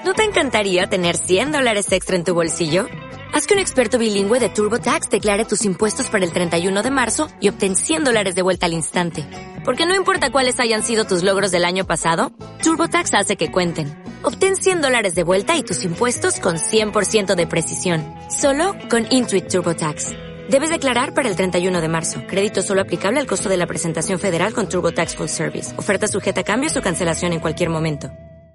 ¿No te encantaría tener $100 extra en tu bolsillo? Haz que un experto bilingüe de TurboTax declare tus impuestos para el 31 de marzo y obtén $100 de vuelta al instante. Porque no importa cuáles hayan sido tus logros del año pasado, TurboTax hace que cuenten. Obtén $100 de vuelta y tus impuestos con 100% de precisión. Solo con Intuit TurboTax. Debes declarar para el 31 de marzo. Crédito solo aplicable al costo de la presentación federal con TurboTax Full Service. Oferta sujeta a cambios o cancelación en cualquier momento.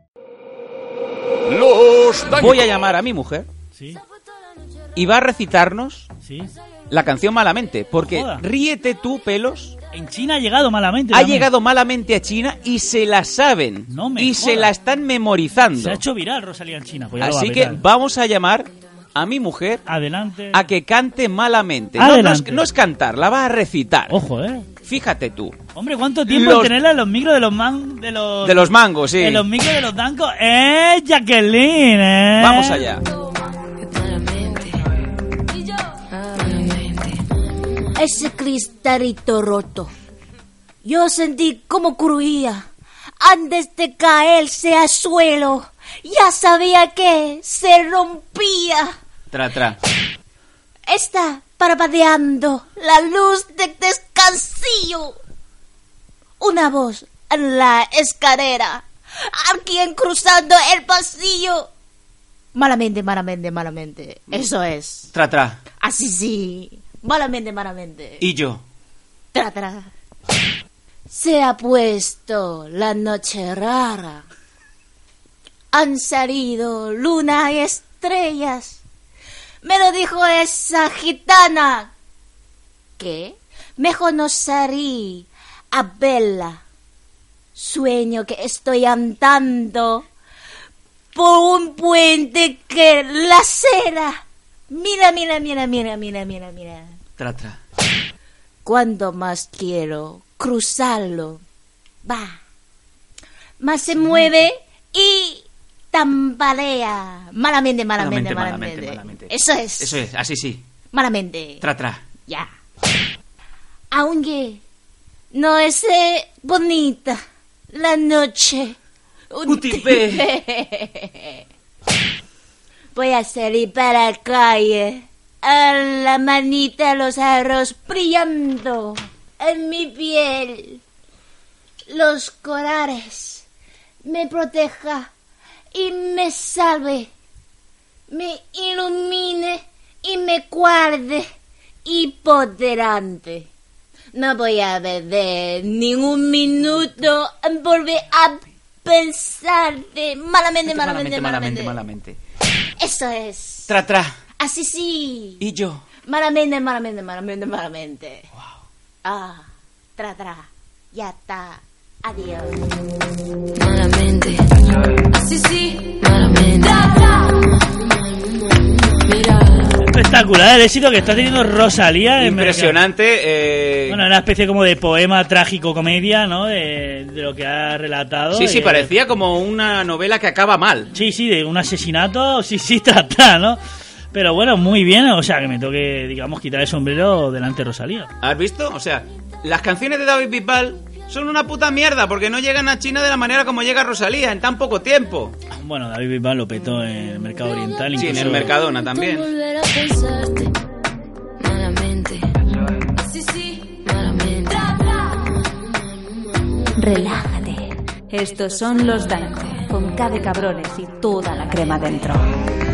Voy a llamar a mi mujer. Sí. Y va a recitarnos Sí. la canción Malamente. Porque Joda. Ríete tú, pelos. En China ha llegado malamente. Ha también. llegado malamente a China y se la saben. No me y jodas. se la están memorizando. Se ha hecho viral Rosalía en China. Pues ya lo va Así a que petar. vamos a llamar a mi mujer Adelante. a que cante Malamente. Adelante. No es cantar, la va a recitar. Ojo, Fíjate tú. Hombre, ¿cuánto tiempo en tenerla en los micros de los De los mangos, sí. En los micros de los dancos. Jacqueline, Vamos allá. Ese cristalito roto. Yo sentí como cruía. Antes de caerse al suelo, ya sabía que se rompía. Tra. Está parpadeando la luz de descansillo. Una voz en la escalera. Alguien cruzando el pasillo. Malamente. Eso es. Tra. Así sí. Malamente. Y yo. Tra. Se ha puesto la noche rara. Han salido luna y estrellas. Me lo dijo esa gitana. ¿Qué? Mejor no salí a verla. Sueño que estoy andando por un puente que la cera. Mira. Tra. Cuando más quiero cruzarlo, va. Más se mueve y tambalea. Malamente. Eso es. Así sí. Malamente. Tra. Ya. Aunque no es bonita la noche. Utipe. Voy a salir para la calle. A la manita los arroz brillando en mi piel. Los corales me proteja y me salve. Me ilumine y me guarde y por delante. No voy a beber ni un minuto en volver a pensar de malamente. Eso es. Tra. Así sí. Y yo. Malamente. Wow. Tra. Ya está. Adiós. Malamente. Así sí. Malamente. Mira. Espectacular el éxito que está teniendo Rosalía. Impresionante. Bueno, una especie como de poema trágico-comedia, ¿no? De lo que ha relatado. Sí, parecía como una novela que acaba mal. Sí, de un asesinato. Sí, trata, ¿no? Pero bueno, muy bien. O sea, que me toque, digamos, quitar el sombrero delante de Rosalía. ¿Has visto? O sea, las canciones de David Bisbal son una puta mierda porque no llegan a China de la manera como llega Rosalía en tan poco tiempo. Bueno, David Bisbal lo petó en el mercado oriental. Sí, en el Mercadona también. Malamente. Así sí. Malamente. Relájate. Estos son los Dancos, con K de cabrones y toda la crema dentro.